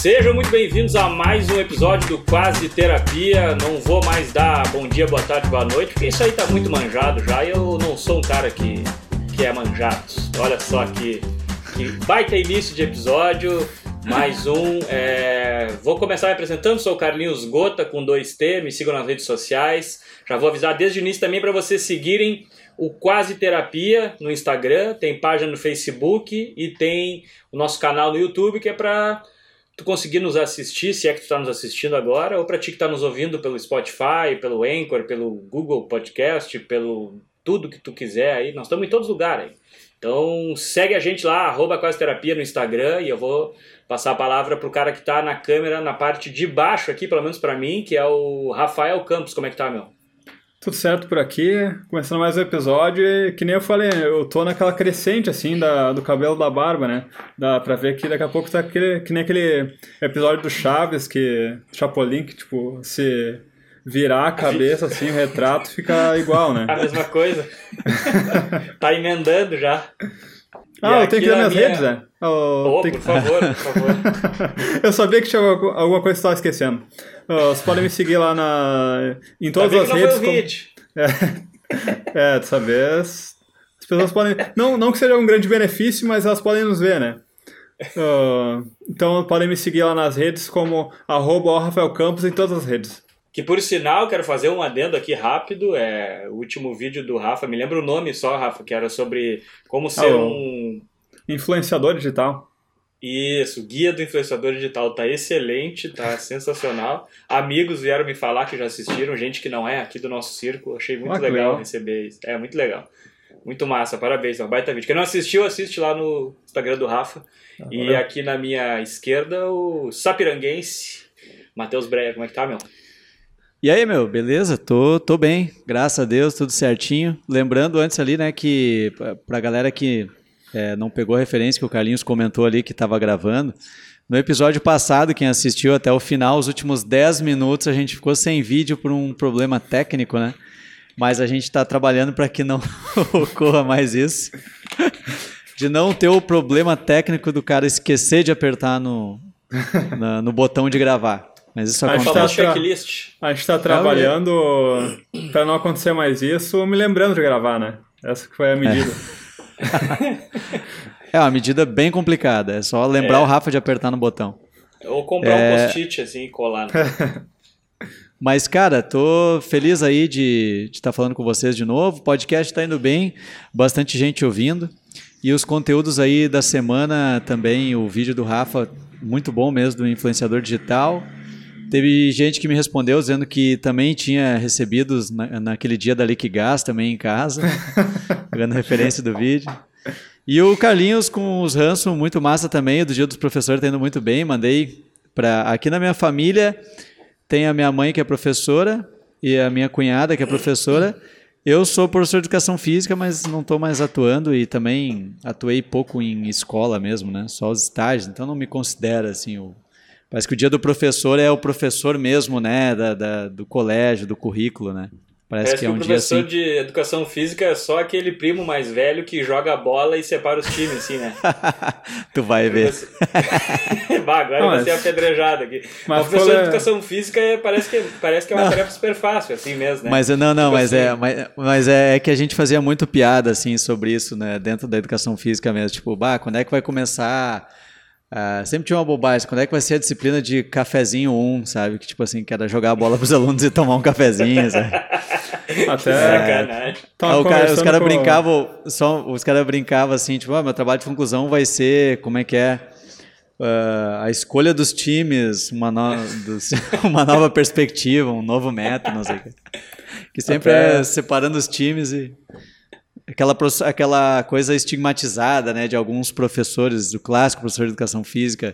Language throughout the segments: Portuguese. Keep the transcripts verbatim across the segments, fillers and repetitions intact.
Sejam muito bem-vindos a mais um episódio do Quase Terapia. Não vou mais dar bom dia, boa tarde, boa noite, porque isso aí tá muito manjado já e eu não sou um cara que, que é manjado. Olha só que, que baita início de episódio, mais um. É... Vou começar me apresentando, sou o Carlinhos Gota com dois T, me sigam nas redes sociais. Já vou avisar desde o início também para vocês seguirem o Quase Terapia no Instagram, tem página no Facebook e tem o nosso canal no YouTube, que é para tu conseguir nos assistir, se é que tu está nos assistindo agora, ou para ti que está nos ouvindo pelo Spotify, pelo Anchor, pelo Google Podcast, pelo tudo que tu quiser aí, nós estamos em todos os lugares aí. Então segue a gente lá, arroba Quase Terapia no Instagram, e eu vou passar a palavra pro cara que está na câmera, na parte de baixo aqui, pelo menos para mim, que é o Rafael Campos. Como é que tá, meu? Tudo certo por aqui, começando mais um episódio e, que nem eu falei, eu tô naquela crescente, assim, da, do cabelo da barba, né? Dá pra ver que daqui a pouco tá aquele, que nem aquele episódio do Chaves, que Chapolin, que, tipo, se virar a cabeça, assim, o retrato fica igual, né? A mesma coisa. Tá emendando já. Ah, e eu tenho que ir nas minhas minha... redes, né? Oh, por que... favor, por favor. Eu sabia que tinha alguma coisa que eu estava esquecendo. Vocês podem me seguir lá na... em todas as redes. Foi o hit. Como... É, é, dessa vez as pessoas podem... Não, não que seja um grande benefício, mas elas podem nos ver, né? Uh, então podem me seguir lá nas redes como arroba Rafael Campos em todas as redes. Que por sinal, quero fazer um adendo aqui rápido, é o último vídeo do Rafa, me lembra o nome só, Rafa, que era sobre como ser ah, um... influenciador digital. Isso, guia do influenciador digital, tá excelente, tá sensacional. Amigos vieram me falar que já assistiram, gente que não é aqui do nosso círculo, achei muito ah, legal, legal receber isso. É, muito legal. Muito massa, parabéns, é um baita vídeo. Quem não assistiu, assiste lá no Instagram do Rafa. Ah, e valeu. Aqui na minha esquerda, o sapiranguense, Matheus Breia. Como é que tá, meu? E aí, meu, beleza? Tô, tô bem, graças a Deus, tudo certinho. Lembrando antes ali, né, que pra galera que é, não pegou a referência que o Carlinhos comentou ali que estava gravando, no episódio passado, quem assistiu até o final, os últimos dez minutos, a gente ficou sem vídeo por um problema técnico, né? Mas a gente está trabalhando para que não ocorra mais isso. De não ter o problema técnico do cara esquecer de apertar no, na, no botão de gravar. Mas isso a acontece. Tá checklist. A gente está trabalhando para não acontecer mais isso, me lembrando de gravar, né? Essa que foi a medida. É, é uma medida bem complicada. É só lembrar é. o Rafa de apertar no botão. Ou comprar é... um post-it assim e colar. Né? Mas, cara, tô feliz aí de estar falando com vocês de novo. O podcast está indo bem, bastante gente ouvindo. E os conteúdos aí da semana também, o vídeo do Rafa, muito bom mesmo, do influenciador digital. Teve gente que me respondeu dizendo que também tinha recebido na, naquele dia da Liquigás também em casa, pegando referência do vídeo. E o Carlinhos com os ranços, muito massa também, do dia dos professores tá indo muito bem, mandei para... Aqui na minha família tem a minha mãe que é professora e a minha cunhada que é professora. Eu sou professor de educação física, mas não estou mais atuando e também atuei pouco em escola mesmo, né? Só os estágios, então não me considero assim o... Parece que o dia do professor é o professor mesmo, né, da, da, do colégio, do currículo, né? Parece, Parece que é um dia assim... o professor de educação física é só aquele primo mais velho que joga a bola e separa os times, assim, né? Tu vai ver. Bah, agora vai ser apedrejado aqui. Mas o professor de educação física é, parece, que, parece que é uma não. tarefa super fácil, assim mesmo, né? Mas não, não, tipo mas, assim... é, mas, mas é que a gente fazia muito piada, assim, sobre isso, né? Dentro da educação física mesmo. Tipo, bah, quando é que vai começar... Uh, sempre tinha uma bobagem, quando é que vai ser a disciplina de cafezinho um, sabe? Que tipo assim, que era jogar a bola pros alunos e tomar um cafezinho, sabe? Até sacanagem. Ah, o cara, os caras com... brincavam, só, os caras brincavam assim, tipo, ah, meu trabalho de conclusão vai ser, como é que é? Uh, a escolha dos times, uma, no... dos... uma nova perspectiva, um novo método, não sei o que. Que sempre Até... é separando os times e... Aquela, aquela coisa estigmatizada, né, de alguns professores, do clássico professor de educação física,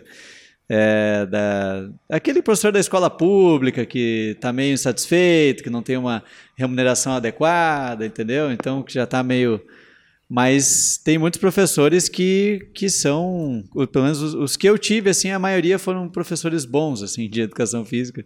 é, da, aquele professor da escola pública que está meio insatisfeito, que não tem uma remuneração adequada, entendeu? Então, que já está meio... Mas tem muitos professores que, que são, pelo menos os, os que eu tive, assim, a maioria foram professores bons, assim, de educação física,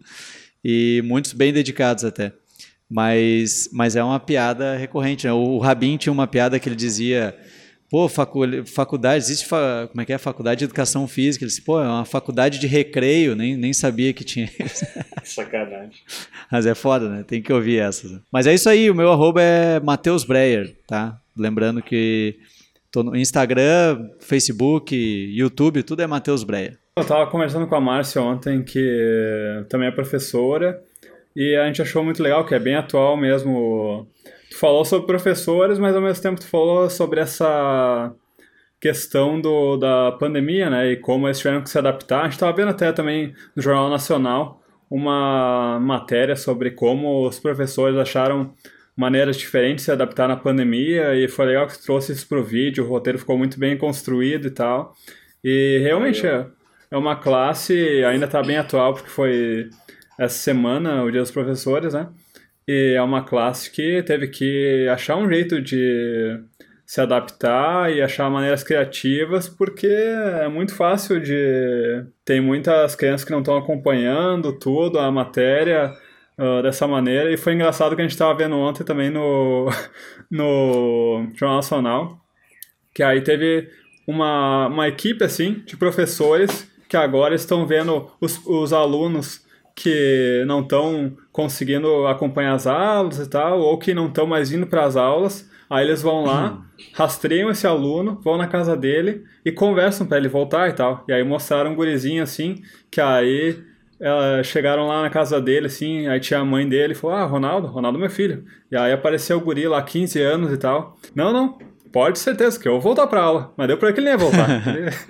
e muitos bem dedicados até. Mas, mas é uma piada recorrente, né? O Rabin tinha uma piada que ele dizia pô, facu faculdade, existe, fa como é que é? Faculdade de Educação Física. Ele disse, pô, é uma faculdade de recreio, nem, nem sabia que tinha isso. Sacanagem. Mas é foda, né? Tem que ouvir essas. Mas é isso aí, o meu arroba é Matheus Breyer, tá? Lembrando que tô no Instagram, Facebook, YouTube, tudo é Matheus Breyer. Eu tava conversando com a Márcia ontem, que também é professora, e a gente achou muito legal, que é bem atual mesmo. Tu falou sobre professores, mas ao mesmo tempo tu falou sobre essa questão do, da pandemia, né, e como eles tiveram que se adaptar. A gente estava vendo até também no Jornal Nacional uma matéria sobre como os professores acharam maneiras diferentes de se adaptar na pandemia, e foi legal que tu trouxe isso pro vídeo, o roteiro ficou muito bem construído e tal. E realmente é, é uma classe, ainda está bem atual, porque foi essa semana, o Dia dos Professores, né? E é uma classe que teve que achar um jeito de se adaptar e achar maneiras criativas, porque é muito fácil de... Tem muitas crianças que não estão acompanhando tudo, a matéria uh, dessa maneira, e foi engraçado que a gente estava vendo ontem também no, no Jornal Nacional, que aí teve uma, uma equipe, assim, de professores que agora estão vendo os, os alunos que não estão conseguindo acompanhar as aulas e tal, ou que não estão mais indo para as aulas. Aí eles vão lá, rastreiam esse aluno, vão na casa dele e conversam para ele voltar e tal. E aí mostraram um gurizinho assim, que aí uh, chegaram lá na casa dele, assim, aí tinha a mãe dele e falou, ah, Ronaldo, Ronaldo é meu filho. E aí apareceu o guri lá, quinze anos e tal. Não, não, pode ter certeza que eu vou voltar pra aula. Mas deu pra ele que ele nem ia voltar.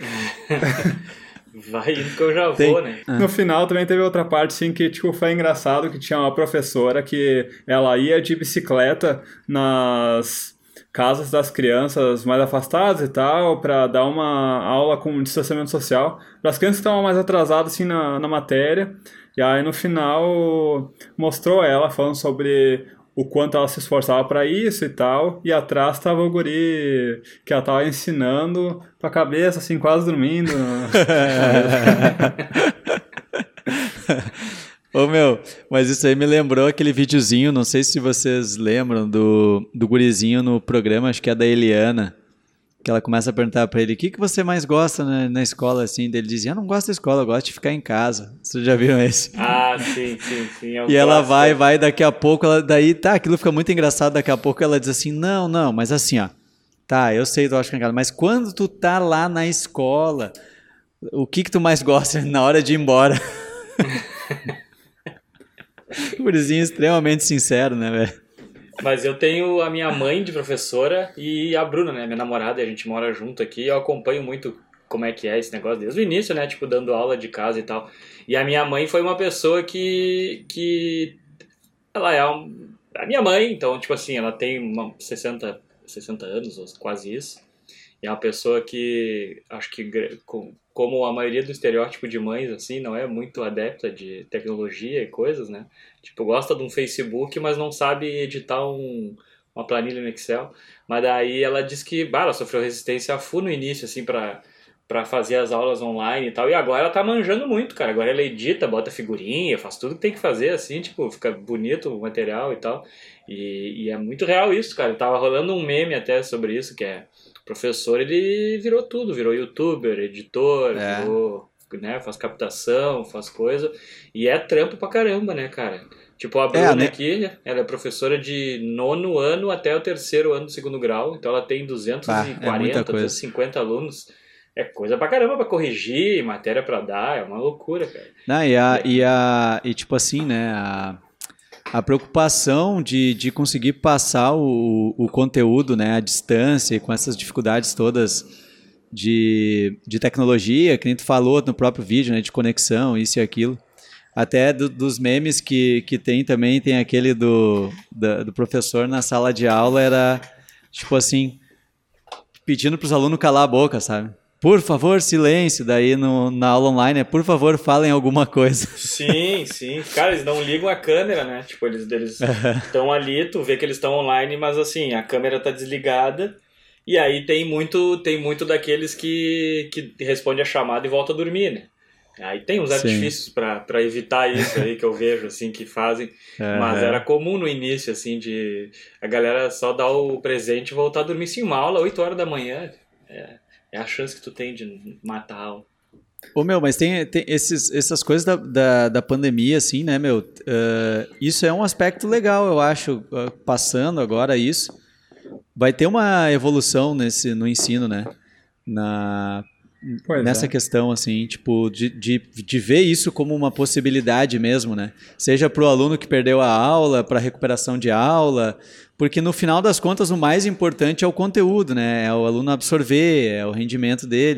Vai indo que eu já Tem... vou, né? No final também teve outra parte, assim, que tipo, foi engraçado, que tinha uma professora que ela ia de bicicleta nas casas das crianças mais afastadas e tal, para dar uma aula com distanciamento social para as crianças que estavam mais atrasadas, assim, na, na matéria. E aí no final mostrou ela falando sobre o quanto ela se esforçava para isso e tal, e atrás estava o guri que ela estava ensinando com a cabeça, assim, quase dormindo. Ô meu, mas isso aí me lembrou aquele videozinho, não sei se vocês lembram, do, do gurizinho no programa, acho que é da Eliana, que ela começa a perguntar pra ele, o que, que você mais gosta na, na escola, assim, dele dizia, eu não gosto da escola, eu gosto de ficar em casa. Vocês já viram esse? Ah, sim, sim, sim. É um e ela clássico. vai, vai, daqui a pouco, ela, daí, tá, aquilo fica muito engraçado, daqui a pouco ela diz assim, não, não, mas assim, ó, tá, eu sei, tu acha que é em casa, mas quando tu tá lá na escola, o que que tu mais gosta na hora de ir embora? Gurizinho extremamente sincero, né, velho? Mas eu tenho a minha mãe de professora e a Bruna, né, minha namorada, e a gente mora junto aqui, eu acompanho muito como é que é esse negócio desde o início, né, tipo, dando aula de casa e tal. E a minha mãe foi uma pessoa que, que ela é um, a minha mãe, então, tipo assim, ela tem uma sessenta, sessenta anos, ou quase isso, e é uma pessoa que, acho que, como a maioria do estereótipo de mães, assim, não é muito adepta de tecnologia e coisas, né? Tipo, gosta de um Facebook, mas não sabe editar um, uma planilha no Excel. Mas daí ela disse que, bah, ela sofreu resistência a full no início, assim, pra, pra fazer as aulas online e tal. E agora ela tá manjando muito, cara. Agora ela edita, bota figurinha, faz tudo que tem que fazer, assim, tipo, fica bonito o material e tal. E, e é muito real isso, cara. Tava rolando um meme até sobre isso, que é... O professor, ele virou tudo, virou youtuber, editor, é. virou, né, faz captação, faz coisa, e é trampo pra caramba, né, cara? Tipo, a Bruna é, né? aqui, ela é professora de nono ano até o terceiro ano do segundo grau, então ela tem duzentos e quarenta, ah, é duzentos e cinquenta alunos. É coisa pra caramba pra corrigir, matéria pra dar, é uma loucura, cara. Não, e, a, e, a, e tipo assim, né, a... A preocupação de, de conseguir passar o, o conteúdo, né, à distância, com essas dificuldades todas de, de tecnologia, que nem tu falou no próprio vídeo, né, de conexão, isso e aquilo. Até do, dos memes que, que tem também, tem aquele do, do, do professor na sala de aula, era tipo assim, pedindo para os alunos calar a boca, sabe? Por favor, silêncio. Daí no, na aula online é, por favor, falem alguma coisa. Sim, sim. Cara, eles não ligam a câmera, né? Tipo, eles estão ali, tu vê que eles estão online, mas assim, a câmera tá desligada. E aí tem muito, tem muito daqueles que, que responde a chamada e volta a dormir, né? Aí tem uns Sim. artifícios para evitar isso aí que eu vejo, assim, que fazem. Uhum. Mas era comum no início, assim, de a galera só dar o presente e voltar a dormir. Sim, uma aula, oito horas da manhã, é, é a chance que tu tem de matar a aula. Ô, meu, mas tem, tem esses, essas coisas da, da, da pandemia, assim, né, meu? Uh, isso é um aspecto legal, eu acho, uh, passando agora isso. Vai ter uma evolução nesse, no ensino, né? Na... Pois nessa é. questão, assim, tipo, de, de, de ver isso como uma possibilidade mesmo, né? Seja para o aluno que perdeu a aula, para a recuperação de aula, porque no final das contas o mais importante é o conteúdo, né? É o aluno absorver, é o rendimento dele.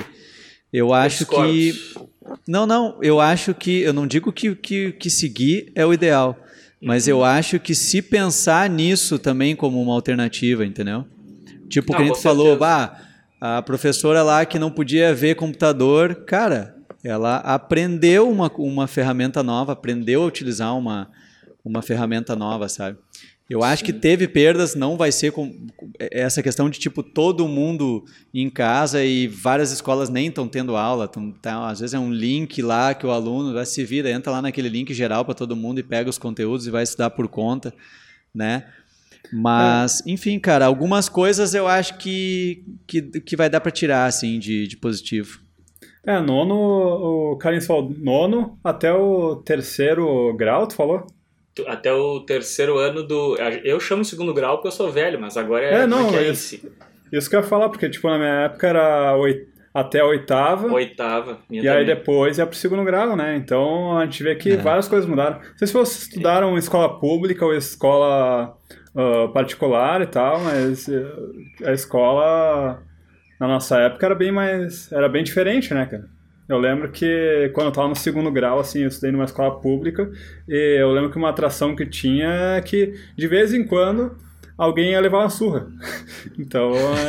Eu acho que... Não, não, eu acho que... Eu não digo que, que, que seguir é o ideal, mas eu acho que se pensar nisso também como uma alternativa, entendeu? Tipo, o que a gente falou, bah... A professora lá que não podia ver computador, cara, ela aprendeu uma, uma ferramenta nova, aprendeu a utilizar uma, uma ferramenta nova, sabe? Eu acho Sim. que teve perdas, não vai ser com essa questão de, tipo, todo mundo em casa e várias escolas nem estão tendo aula. Tão, tá, às vezes é um link lá que o aluno vai se vira, entra lá naquele link geral para todo mundo e pega os conteúdos e vai estudar por conta, né? Mas, é. enfim, cara, algumas coisas eu acho que, que, que vai dar para tirar, assim, de, de positivo. É, nono, o Carlinhos falou, nono até o terceiro grau, tu falou? Até o terceiro ano do... Eu chamo segundo grau porque eu sou velho, mas agora é... É, não, que é isso, isso que eu ia falar, porque, tipo, na minha época era oit... até a oitava. Oitava, minha E também. aí depois ia pro segundo grau, né? Então a gente vê que é. várias coisas mudaram. Não sei se vocês estudaram escola pública ou escola... Uh, particular e tal, mas a escola na nossa época era bem mais, era bem diferente, né, cara? Eu lembro que quando eu tava no segundo grau, assim, eu estudei numa escola pública e eu lembro que uma atração que tinha é que de vez em quando alguém ia levar uma surra. Então,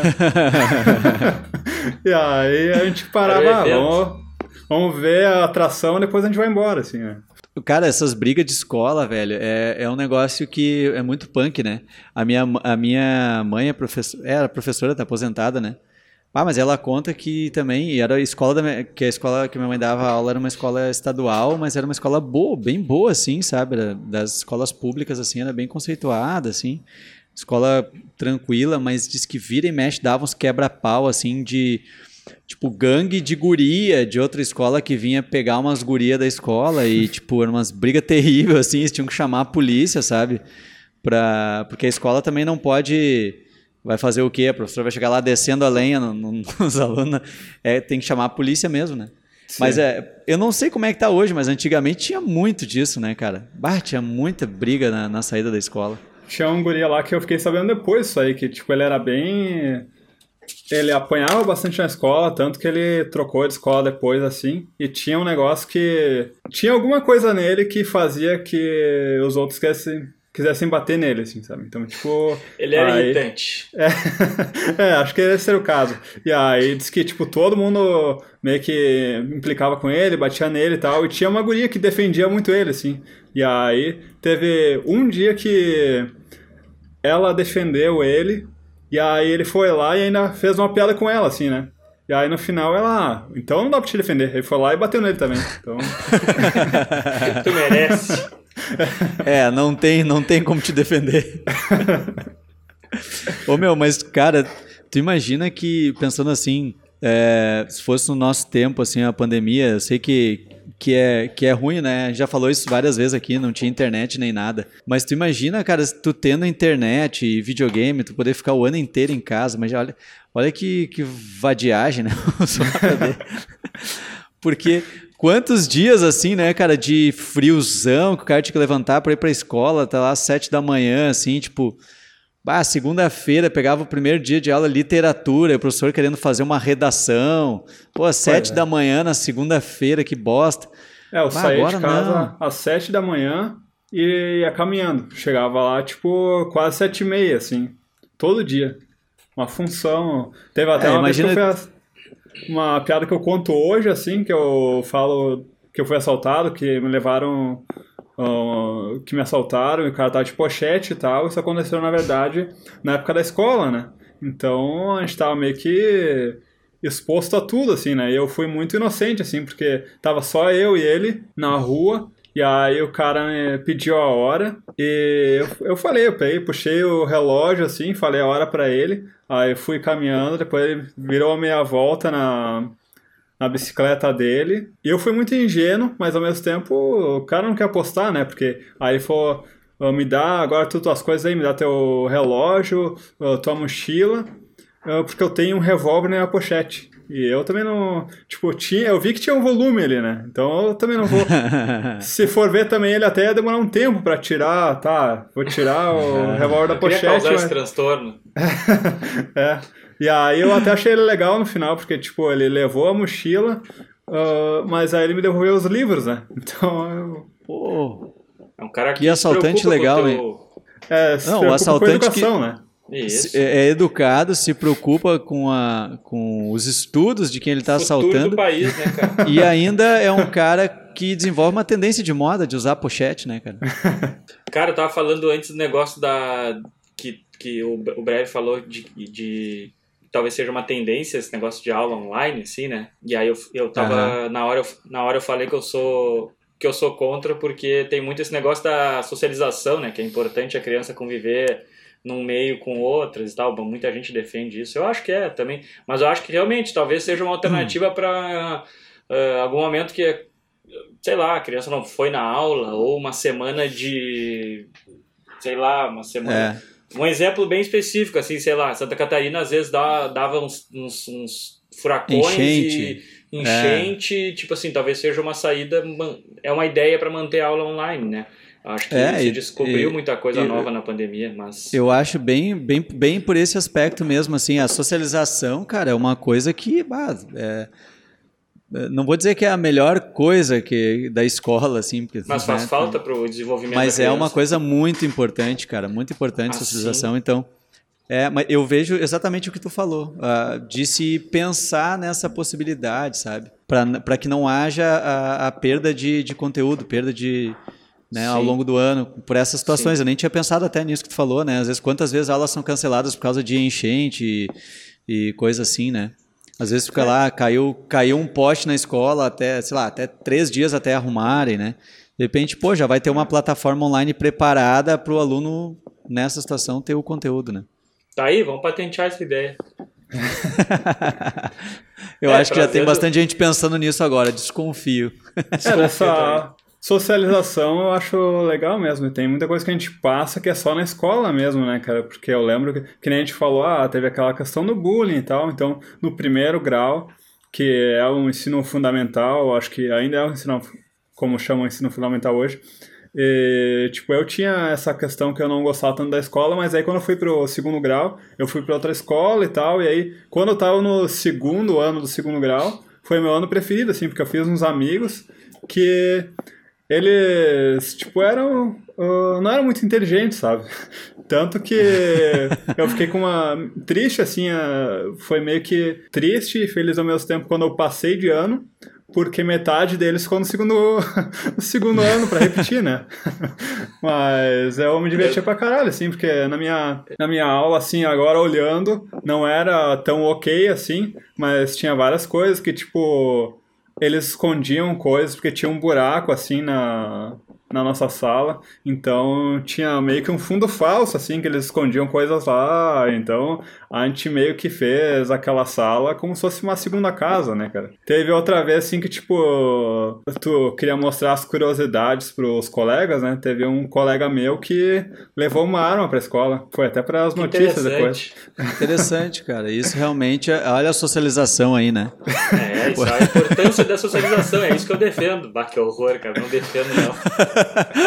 é... e aí a gente parava, ah, vamos, vamos ver a atração e depois a gente vai embora, assim, né? Cara, essas brigas de escola, velho, é, é um negócio que é muito punk, né? A minha, a minha mãe é professora, era professora, tá aposentada, né? Ah, mas ela conta que também, e era a escola, da minha, que a escola que minha mãe dava aula era uma escola estadual, mas era uma escola boa, bem boa, assim, sabe? Era das escolas públicas, assim, era bem conceituada, assim. Escola tranquila, mas diz que vira e mexe, dava uns quebra-pau, assim, de... Tipo, gangue de guria de outra escola que vinha pegar umas gurias da escola e, tipo, eram umas brigas terríveis, assim, eles tinham que chamar a polícia, sabe? Pra... Porque a escola também não pode... Vai fazer o quê? A professora vai chegar lá descendo a lenha no, no, nos alunos. É, tem que chamar a polícia mesmo, né? Sim. Mas é, eu não sei como é que tá hoje, mas antigamente tinha muito disso, né, cara? Bah, tinha muita briga na, na saída da escola. Tinha um guria lá que eu fiquei sabendo depois disso aí, que, tipo, ele era bem... Ele apanhava bastante na escola, tanto que ele trocou de escola depois, assim, e tinha um negócio que... Tinha alguma coisa nele que fazia que os outros quisessem, quisessem bater nele, assim, sabe? Então, tipo... Ele era aí... irritante. É, é, acho que esse era o caso. E aí, disse que, tipo, todo mundo meio que implicava com ele, batia nele e tal, e tinha uma guria que defendia muito ele, assim. E aí, teve um dia que ela defendeu ele... E aí ele foi lá e ainda fez uma piada com ela, assim, né? E aí no final ela, ah, então não dá pra te defender. Ele foi lá e bateu nele também. Então... Tu merece. É, não tem, não tem como te defender. Ô meu, mas cara, tu imagina que, pensando assim, é, se fosse no nosso tempo, assim, a pandemia, eu sei que... Que é, que é ruim, né? A gente já falou isso várias vezes aqui, não tinha internet nem nada. Mas tu imagina, cara, tu tendo internet e videogame, tu poder ficar o ano inteiro em casa, mas olha, olha que, que vadiagem, né? Porque quantos dias assim, né, cara, de friozão que o cara tinha que levantar pra ir pra escola, tá lá às sete da manhã, assim, tipo... Bah, segunda-feira, pegava o primeiro dia de aula literatura, o professor querendo fazer uma redação. Pô, às sete é. da manhã na segunda-feira, que bosta. É, eu bah, saía de casa não. às sete da manhã e ia caminhando. Chegava lá, tipo, quase sete e meia, assim, todo dia. Uma função. Teve até é, uma imagina... vez que eu fui... Uma piada que eu conto hoje, assim, que eu falo que eu fui assaltado, que me levaram... Uh, que me assaltaram e o cara tava de pochete e tal. Isso aconteceu, na verdade, na época da escola, né? Então a gente tava meio que exposto a tudo, assim, né? E eu fui muito inocente, assim, porque tava só eu e ele na rua, e aí o cara me pediu a hora, e eu, eu falei, eu peguei, puxei o relógio, assim, falei a hora pra ele, aí eu fui caminhando, depois ele virou a meia volta na... na bicicleta dele, e eu fui muito ingênuo, mas ao mesmo tempo o cara não quer apostar, né, porque aí ele falou, me dá agora tu, tuas coisas aí, me dá teu relógio, tua mochila, porque eu tenho um revólver na minha pochete, e eu também não, tipo, tinha, eu vi que tinha um volume ali, né, então eu também não vou, se for ver também ele até ia demorar um tempo pra tirar, tá, vou tirar o revólver da pochete. Queria causar mas... esse transtorno. É. E aí eu até achei ele legal no final, porque, tipo, ele levou a mochila, uh, mas aí ele me devolveu os livros, né? Então, eu... Pô, é um cara que, que assaltante legal, teu... hein? É, se não, preocupa o assaltante com a educação, que... né? Isso. É educado, se preocupa com, a, com os estudos de quem ele está assaltando. Do país, né, cara? E ainda é um cara que desenvolve uma tendência de moda de usar pochete, né, cara? Cara, eu tava falando antes do negócio da... que, que o, o Breve falou de... de... talvez seja uma tendência esse negócio de aula online, assim, né? E aí eu, eu tava, uhum. na, hora eu, na hora eu falei que eu sou que eu sou contra, porque tem muito esse negócio da socialização, né? Que é importante a criança conviver num meio com outras e tal. Muita gente defende isso. Eu acho que é também. Mas eu acho que realmente talvez seja uma alternativa uhum. para uh, algum momento que, sei lá, a criança não foi na aula, ou uma semana de... sei lá, uma semana... É. Um exemplo bem específico, assim, sei lá, Santa Catarina às vezes dá, dava uns, uns, uns furacões enchente. e enchente, é. Tipo assim, talvez seja uma saída, é uma ideia para manter a aula online, né? Acho que é, se descobriu e, muita coisa e, nova na pandemia, mas... Eu acho bem, bem, bem por esse aspecto mesmo, assim, a socialização, cara, é uma coisa que, bah, é... não vou dizer que é a melhor coisa que, da escola, assim. Porque, mas faz né, falta para o desenvolvimento Mas da criança. É uma coisa muito importante, cara, muito importante a ah, socialização. Sim. Então, é, mas eu vejo exatamente o que tu falou, uh, de se pensar nessa possibilidade, sabe? Para que não haja a, a perda de, de conteúdo, perda de... Né, ao longo do ano, por essas situações. Sim. Eu nem tinha pensado até nisso que tu falou, né? Às vezes, quantas vezes aulas são canceladas por causa de enchente e, e coisa assim, né? Às vezes fica é. lá, caiu, caiu um poste na escola até, sei lá, até três dias até arrumarem, né? De repente, pô, já vai ter uma plataforma online preparada para o aluno, nessa situação, ter o conteúdo, né? Tá aí, vamos patentear essa ideia. Eu é, acho que já tem bastante gente pensando nisso agora, desconfio. É, nessa socialização eu acho legal mesmo. Tem muita coisa que a gente passa que é só na escola mesmo, né, cara? Porque eu lembro que, que nem a gente falou, ah, teve aquela questão do bullying e tal. Então, no primeiro grau, que é um ensino fundamental, acho que ainda é um ensino, como chamam o ensino fundamental hoje. E, tipo, eu tinha essa questão que eu não gostava tanto da escola, mas aí quando eu fui pro segundo grau, eu fui pra outra escola e tal, e aí quando eu tava no segundo ano do segundo grau, foi meu ano preferido, assim, porque eu fiz uns amigos que eles, tipo, eram, uh, não eram muito inteligentes, sabe? Tanto que eu fiquei com uma... triste, assim, uh, foi meio que triste e feliz ao mesmo tempo quando eu passei de ano, porque metade deles ficou no segundo, no segundo ano pra repetir, né? Mas eu me divertia pra caralho, assim, porque na minha, na minha aula, assim, agora olhando, não era tão ok, assim, mas tinha várias coisas que, tipo, eles escondiam coisas porque tinha um buraco, assim, na... na nossa sala, então tinha meio que um fundo falso, assim, que eles escondiam coisas lá, então a gente meio que fez aquela sala como se fosse uma segunda casa, né, cara? Teve outra vez, assim, que, tipo, tu queria mostrar as curiosidades pros colegas, né? Teve um colega meu que levou uma arma pra escola, foi até pras notícias depois. Interessante, cara, isso realmente, é... olha a socialização aí, né? É, isso é a importância da socialização, é isso que eu defendo. Bah, que horror, cara, não defendo, não.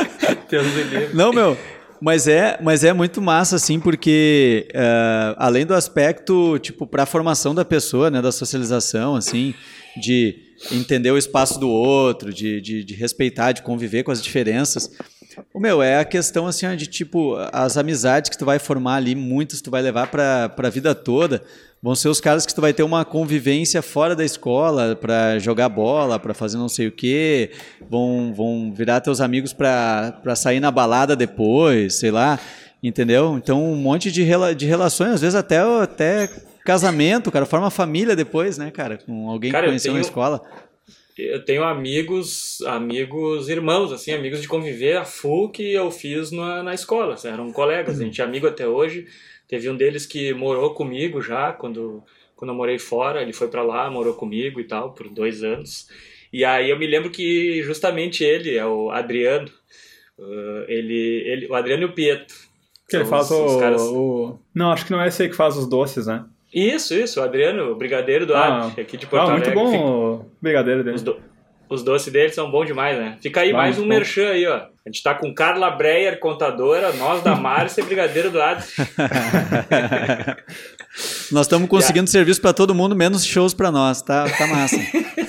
Não, meu, mas é, mas é muito massa, assim, porque uh, além do aspecto, tipo, para a formação da pessoa, né, da socialização, assim, de entender o espaço do outro, de, de, de respeitar, de conviver com as diferenças, o meu, é a questão, assim, de, tipo, as amizades que tu vai formar ali, muitas tu vai levar para a vida toda, vão ser os caras que tu vai ter uma convivência fora da escola para jogar bola, para fazer não sei o quê, vão, vão virar teus amigos para sair na balada depois, sei lá. entendeu? Então, um monte de, rela de relações, às vezes até, até casamento, cara, forma família depois, né, cara? Com alguém Cara, que conheceu tenho... na escola. Eu tenho amigos, amigos irmãos, assim, amigos de conviver a full que eu fiz na, na escola, assim, eram colegas, a gente é amigo até hoje. Teve um deles que morou comigo já, quando, quando eu morei fora, ele foi pra lá, morou comigo e tal, por dois anos. E aí eu me lembro que justamente ele, é o Adriano, uh, ele, ele, o Adriano e o Pietro. Que ele faz os, o, os caras... o... Não, acho que não é esse aí que faz os doces, né? Isso, isso, o Adriano, o brigadeiro do Ah, Ad, aqui de Porto ah, Alegre. muito bom Fica... o brigadeiro dele. Os, do... Os doces deles são bons demais, né? Fica aí Vai, mais um bom. merchan aí, ó. A gente tá com Carla Breyer, contadora, nós da Márcia, brigadeiro do Ad. Nós estamos conseguindo Yeah. serviço para todo mundo, menos shows para nós, tá, tá massa.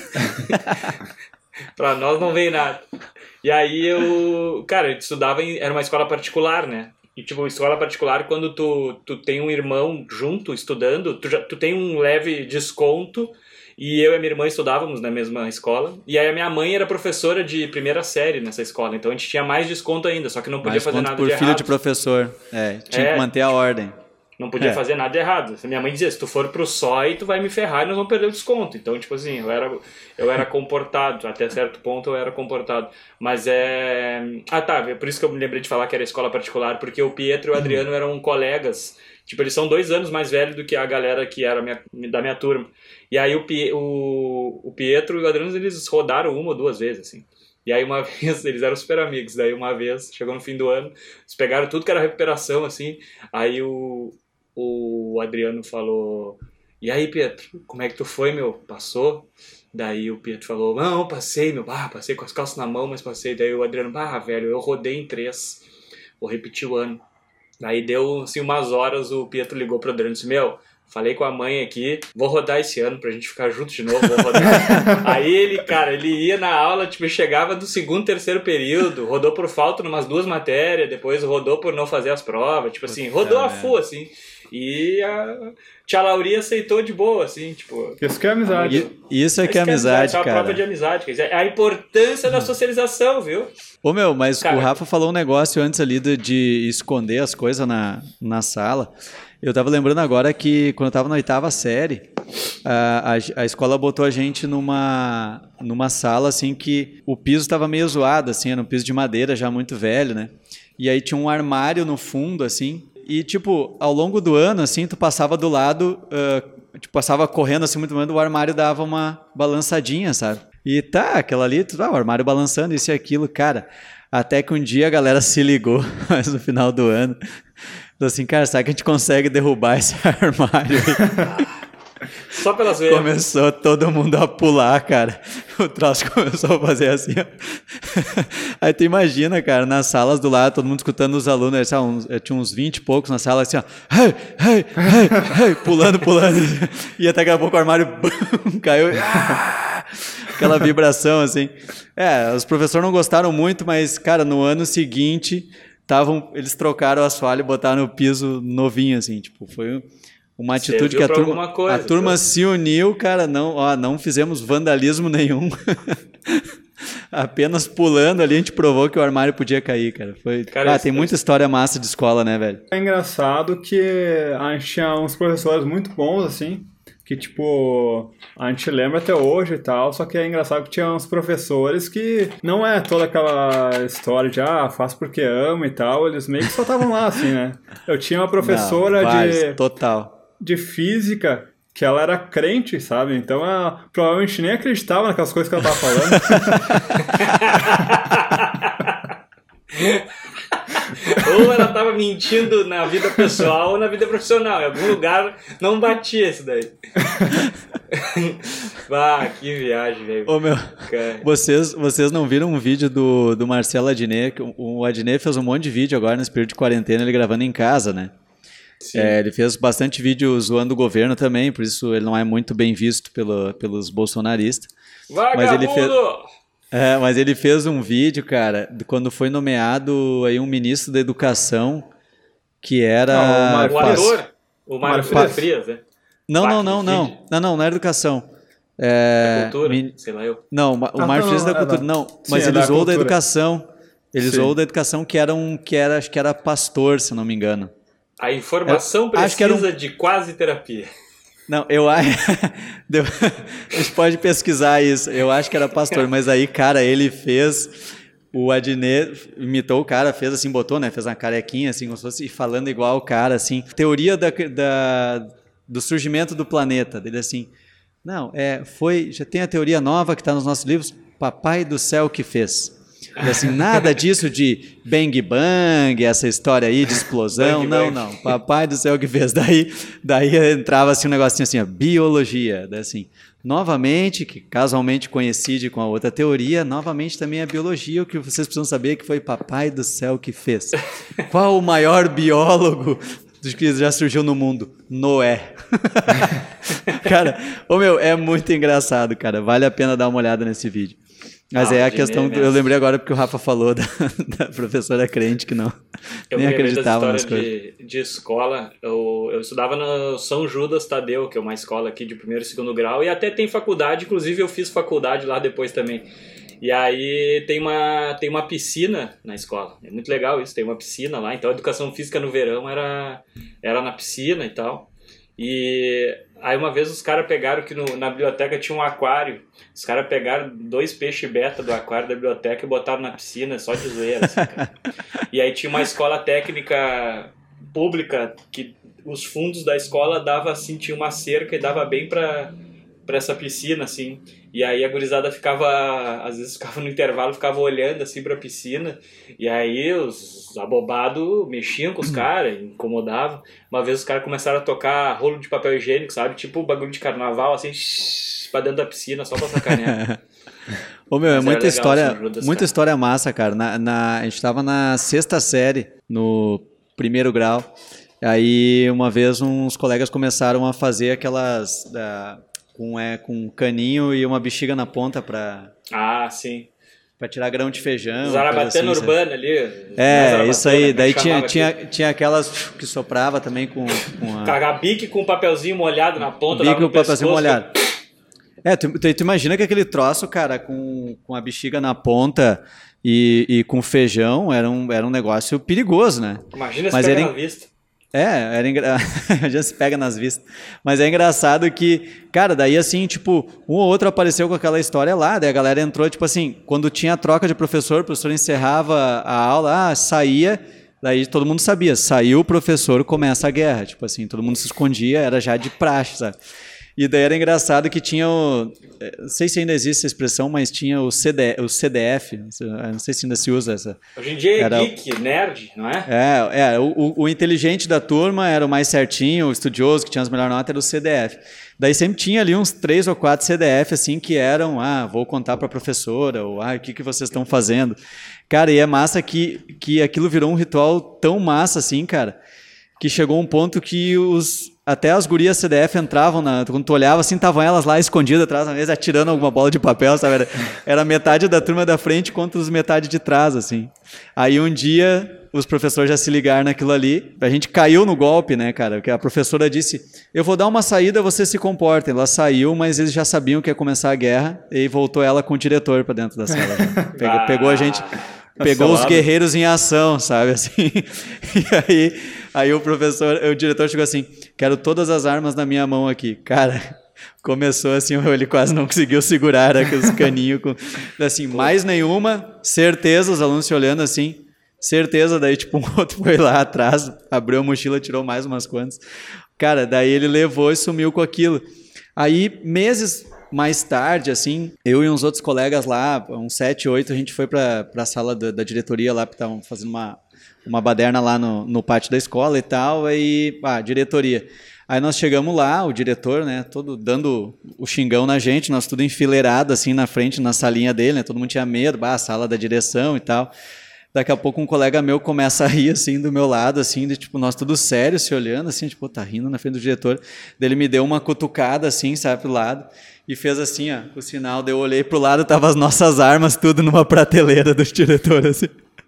Pra nós não veio nada. E aí eu... Cara, eu estudava em... Era uma escola particular, né? E tipo, escola particular, quando tu, tu tem um irmão junto estudando, tu, já, tu tem um leve desconto. E eu e a minha irmã estudávamos na mesma escola. E aí a minha mãe era professora de primeira série nessa escola. Então a gente tinha mais desconto ainda, só que não podia Mais fazer conto nada por de filho errado. de professor. É, tinha É. que manter a ordem. Não podia É. fazer nada de errado. Minha mãe dizia, se tu for pro S O I, tu vai me ferrar e nós vamos perder o desconto. Então, tipo assim, eu era, eu era comportado. Até certo ponto eu era comportado. Mas é... Ah, tá. É por isso que eu me lembrei de falar que era escola particular. Porque o Pietro e o Adriano eram colegas. Tipo, eles são dois anos mais velhos do que a galera que era minha, da minha turma. E aí o, Pie, o, o Pietro e o Adriano, eles rodaram uma ou duas vezes, assim. E aí uma vez, eles eram super amigos. Daí uma vez, chegou no fim do ano, eles pegaram tudo que era recuperação, assim. Aí o... O Adriano falou, e aí, Pietro, como é que tu foi, meu? Passou? Daí o Pietro falou, não, passei, meu, ah, passei com as calças na mão, mas passei. Daí o Adriano, ah, velho, eu rodei em três, vou repetir o ano. Daí deu, assim, umas horas, o Pietro ligou pro Adriano e disse, meu, falei com a mãe aqui, vou rodar esse ano pra gente ficar junto de novo, vou rodar. Aí ele, cara, ele ia na aula, tipo, chegava do segundo, terceiro período, rodou por falta numas duas matérias, depois rodou por não fazer as provas, tipo assim, rodou a full, assim. E a tia Lauria aceitou de boa, assim, tipo... Isso que é amizade. E, isso é que é amizade, é a cara. prova de amizade, quer dizer, é a importância da socialização, viu? Ô, meu, mas Cara, o Rafa falou um negócio antes ali de, de esconder as coisas na, na sala. Eu tava lembrando agora que quando eu tava na oitava série, a, a, a escola botou a gente numa, numa sala, assim, que o piso tava meio zoado, assim, era um piso de madeira já muito velho, né? E aí tinha um armário no fundo, assim, e, tipo, ao longo do ano, assim, tu passava do lado, uh, tipo, passava correndo, assim, muito mais, o armário dava uma balançadinha, sabe? E tá, aquela ali, tu, ah, o armário balançando, isso e aquilo, cara. Até que um dia a galera se ligou, mas no final do ano, falou assim, cara, será que a gente consegue derrubar esse armário aí? Só pelas vezes. Começou todo mundo a pular, cara. O troço começou a fazer assim, ó. Aí tu imagina, cara, nas salas do lado, todo mundo escutando os alunos, sabe, uns, tinha uns vinte e poucos na sala, assim, ó. Hey, hey, hey, hey, pulando, pulando. E até daqui a pouco o armário bum, caiu. Aquela vibração, assim. É, os professores não gostaram muito, mas, cara, no ano seguinte, tavam, eles trocaram o assoalho e botaram no piso novinho, assim. Tipo, foi uma atitude que a turma, coisa, a turma se uniu, cara, não, ó, não fizemos vandalismo nenhum. Apenas pulando ali, a gente provou que o armário podia cair, cara. Foi... cara ah, isso, tem muita história massa de escola, né, velho? É engraçado que a gente tinha uns professores muito bons, assim, que, tipo, a gente lembra até hoje e tal, só que é engraçado que tinha uns professores que não é toda aquela história de, ah, faço porque amo e tal, eles meio que só estavam lá, assim, né? Eu tinha uma professora não, vários, de... total. de física, que ela era crente, sabe? Então ela provavelmente nem acreditava naquelas coisas que ela tava falando. Ou ela tava mentindo na vida pessoal ou na vida profissional. Em algum lugar não batia isso daí. Ah, que viagem, velho. Ô, meu, vocês, vocês não viram um vídeo do, do Marcelo Adnet? O Adnet fez um monte de vídeo agora nesse período de quarentena, ele gravando em casa, né? É, ele fez bastante vídeo zoando o governo também, por isso ele não é muito bem visto pelo, pelos bolsonaristas. Vagabundo! Mas ele fez, é, mas ele fez um vídeo, cara, de quando foi nomeado aí um ministro da educação que era... Ah, o ator, o Mário Frias, Frias, né? Não, não, não, não, não, não, não era educação. É, da cultura, min... sei lá eu. Não, o ah, Mário Frias não, da cultura, é não, Sim, mas é ele da zoou da cultura. educação. Ele Sim. zoou da educação que era um, que era, acho que era pastor, se não me engano. A informação Eu, precisa acho que era um... de quase terapia. Não, eu acho... A gente pode pesquisar isso. Eu acho que era pastor, mas aí, cara, ele fez... O Adnet imitou o cara, fez assim, botou, né? Fez uma carequinha, assim, como se fosse falando igual o cara, assim. Teoria da, da, do surgimento do planeta. Dele assim, não, é, foi... Já tem a teoria nova que está nos nossos livros, Papai do Céu que fez. E assim, nada disso de bang bang, essa história aí de explosão, bang, não, bang. não, Papai do Céu que fez. Daí, daí entrava assim um negocinho assim, ó, biologia, daí assim, novamente, que casualmente coincide com a outra teoria, novamente também a biologia, o que vocês precisam saber é que foi Papai do Céu que fez. Qual o maior biólogo que já surgiu no mundo? Noé. Cara, ô meu, é muito engraçado, cara, vale a pena dar uma olhada nesse vídeo. Mas ah, é a questão, do, eu lembrei agora porque o Rafa falou da, da professora crente que não, eu nem acreditava nas coisas. coisas. De, de escola, eu, eu estudava no São Judas Tadeu, que é uma escola aqui de primeiro e segundo grau, e até tem faculdade, inclusive eu fiz faculdade lá depois também. E aí tem uma, tem uma piscina na escola, é muito legal isso, tem uma piscina lá, então a educação física no verão era, era na piscina e tal. E aí uma vez os caras pegaram que no, na biblioteca tinha um aquário. Os caras pegaram dois peixes beta do aquário da biblioteca e botaram na piscina, só de zoeira, assim, cara. E aí tinha uma escola técnica pública que os fundos da escola dava assim, tinha uma cerca e dava bem pra, pra essa piscina, assim. E aí a gurizada ficava, às vezes ficava no intervalo, ficava olhando assim pra piscina, e aí os abobados mexiam com os caras, incomodavam. Uma vez os caras começaram a tocar rolo de papel higiênico, sabe? Tipo bagulho de carnaval, assim, shh, pra dentro da piscina, só pra sacanear. Ô meu, é muita história, Judas, muita história massa, cara. Na, na, a gente tava na sexta série, no primeiro grau, aí uma vez uns colegas começaram a fazer aquelas... Da, Com, é, com um caninho e uma bexiga na ponta para ah, sim. Para tirar grão de feijão. Zarabatana assim, urbana ali. É, isso aí. Daí tinha, tinha, tinha aquelas que soprava também com... com a... Cagar bique com um papelzinho molhado na ponta. Bique com o papelzinho molhado. É, tu, tu, tu imagina que aquele troço, cara, com, com a bexiga na ponta e, e com feijão, era um, era um negócio perigoso, né? Imagina se Mas pega era... na vista. É, era engra... já se pega nas vistas. Mas é engraçado que, cara, daí assim, tipo, um ou outro apareceu com aquela história lá, daí a galera entrou, tipo assim, quando tinha troca de professor, o professor encerrava a aula, ah, saía, daí todo mundo sabia, saiu o professor, começa a guerra, tipo assim, todo mundo se escondia, era já de praxe, sabe? E daí era engraçado que tinha o... Não sei se ainda existe essa expressão, mas tinha o, C D, o C D F. Não sei se ainda se usa essa. Hoje em dia é era, geek, nerd, não é? É, é o, o inteligente da turma era o mais certinho, o estudioso que tinha as melhores notas era o C D F. Daí sempre tinha ali uns três ou quatro C D F assim que eram, ah, vou contar para a professora, ou ah, o que, que vocês estão fazendo. Cara, e é massa que, que aquilo virou um ritual tão massa assim, cara, que chegou um ponto que os... Até as gurias C D F entravam, na, quando tu olhava assim, estavam elas lá escondidas atrás da mesa, atirando alguma bola de papel, sabe? Era, era metade da turma da frente contra os metade de trás, assim. Aí um dia, os professores já se ligaram naquilo ali, a gente caiu no golpe, né, cara? Porque a professora disse, eu vou dar uma saída, vocês se comportem. Ela saiu, mas eles já sabiam que ia começar a guerra, e voltou ela com o diretor para dentro da sala. Pegou, pegou a gente... Pegou os guerreiros em ação, sabe, assim, e aí, aí o professor, o diretor chegou assim, quero todas as armas na minha mão aqui, cara, começou assim, ele quase não conseguiu segurar aqueles caninhos, com, assim, mais nenhuma, certeza, os alunos se olhando assim, certeza, daí tipo um outro foi lá atrás, abriu a mochila, tirou mais umas quantas, cara, daí ele levou e sumiu com aquilo, aí meses... Mais tarde, assim, eu e uns outros colegas lá, uns sete, oito, a gente foi para a sala da, da diretoria lá, porque estavam fazendo uma, uma baderna lá no, no pátio da escola e tal, aí, ah, diretoria. Aí nós chegamos lá, o diretor, né, todo dando o xingão na gente, nós tudo enfileirado, assim, na frente, na salinha dele, né, todo mundo tinha medo, bah, a sala da direção e tal. Daqui a pouco um colega meu começa a rir, assim, do meu lado, assim, de, tipo, nós tudo sério, se olhando, assim, tipo, tá rindo na frente do diretor. Daí ele me deu uma cutucada, assim, sabe, pro lado, e fez assim, ó, o sinal. Daí eu olhei pro lado, tava as nossas armas tudo numa prateleira do diretor, assim.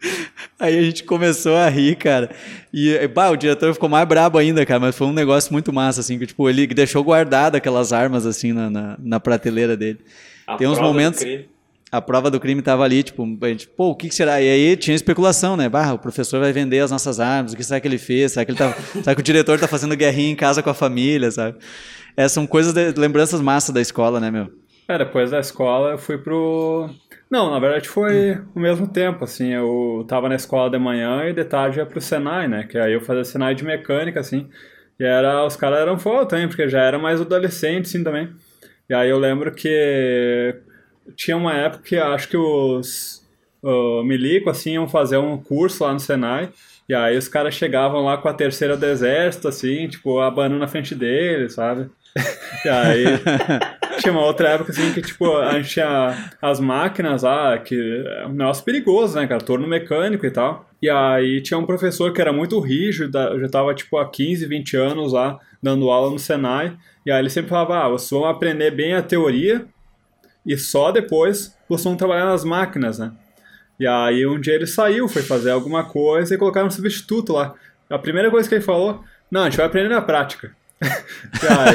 Aí a gente começou a rir, cara. E, bah, o diretor ficou mais brabo ainda, cara, mas foi um negócio muito massa, assim, que, tipo, ele deixou guardado aquelas armas, assim, na, na, na prateleira dele. A Tem uns momentos... a prova do crime tava ali, tipo, a gente, pô, o que, que será? E aí tinha especulação, né? Bah, o professor vai vender as nossas armas, o que será que ele fez? Será que, ele tá, será que o diretor tá fazendo guerrinha em casa com a família, sabe? Essas são coisas, de, lembranças massas da escola, né, meu? É, depois da escola eu fui pro... Não, na verdade foi o mesmo tempo, assim, eu tava na escola de manhã e de tarde ia pro Senai, né? Que aí eu fazia Senai de mecânica, assim, e era, os caras eram foda também, porque já era mais adolescente, assim, também. E aí eu lembro que tinha uma época que acho que os uh, milico, assim, iam fazer um curso lá no Senai, e aí os caras chegavam lá com a terceira do exército, assim, tipo, abanando na frente deles, sabe? E aí tinha uma outra época, assim, que, tipo, a gente tinha as máquinas lá, que é um negócio perigoso, né, cara, torno mecânico e tal. E aí tinha um professor que era muito rígido, já tava, tipo, há quinze, vinte anos lá, dando aula no Senai, e aí ele sempre falava, ah, vocês vão aprender bem a teoria, e só depois vocês vão trabalhar nas máquinas, né? E aí um dia ele saiu, foi fazer alguma coisa e colocaram um substituto lá. A primeira coisa que ele falou, não, a gente vai aprender na prática. E aí,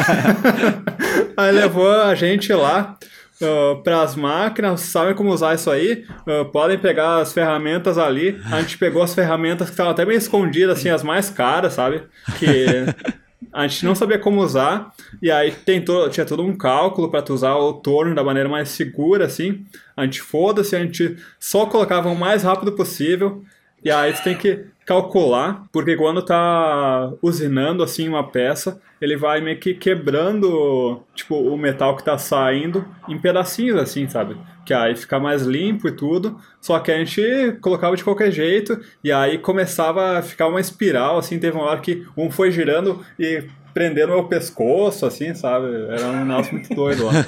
aí levou a gente lá uh, para as máquinas, sabem como usar isso aí? Uh, podem pegar as ferramentas ali. A gente pegou as ferramentas que estavam até meio escondidas, assim, as mais caras, sabe? Que a gente não sabia como usar. E aí tentou, tinha todo um cálculo para tu usar o torno da maneira mais segura, assim. A gente foda-se, a gente só colocava o mais rápido possível. E aí tu tem que calcular, porque quando tá usinando assim uma peça, ele vai meio que quebrando, tipo, o metal que tá saindo em pedacinhos assim, sabe? Que aí fica mais limpo e tudo, só que a gente colocava de qualquer jeito e aí começava a ficar uma espiral, assim, teve uma hora que um foi girando e prendendo o meu pescoço, assim, sabe? Era um negócio muito doido lá.